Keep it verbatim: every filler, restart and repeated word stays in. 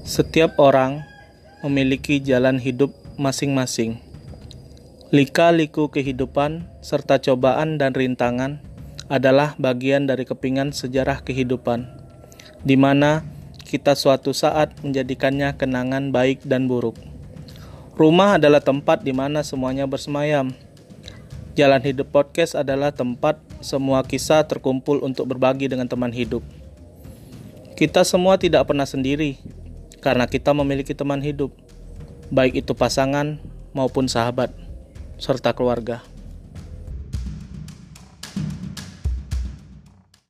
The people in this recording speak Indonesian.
Setiap orang memiliki jalan hidup masing-masing. Lika-liku kehidupan serta cobaan dan rintangan adalah bagian dari kepingan sejarah kehidupan, di mana kita suatu saat menjadikannya kenangan baik dan buruk. Rumah adalah tempat di mana semuanya bersemayam. Jalan Hidup Podcast adalah tempat semua kisah terkumpul untuk berbagi dengan teman hidup. Kita semua tidak pernah sendiri, karena kita memiliki teman hidup, baik itu pasangan maupun sahabat, serta keluarga.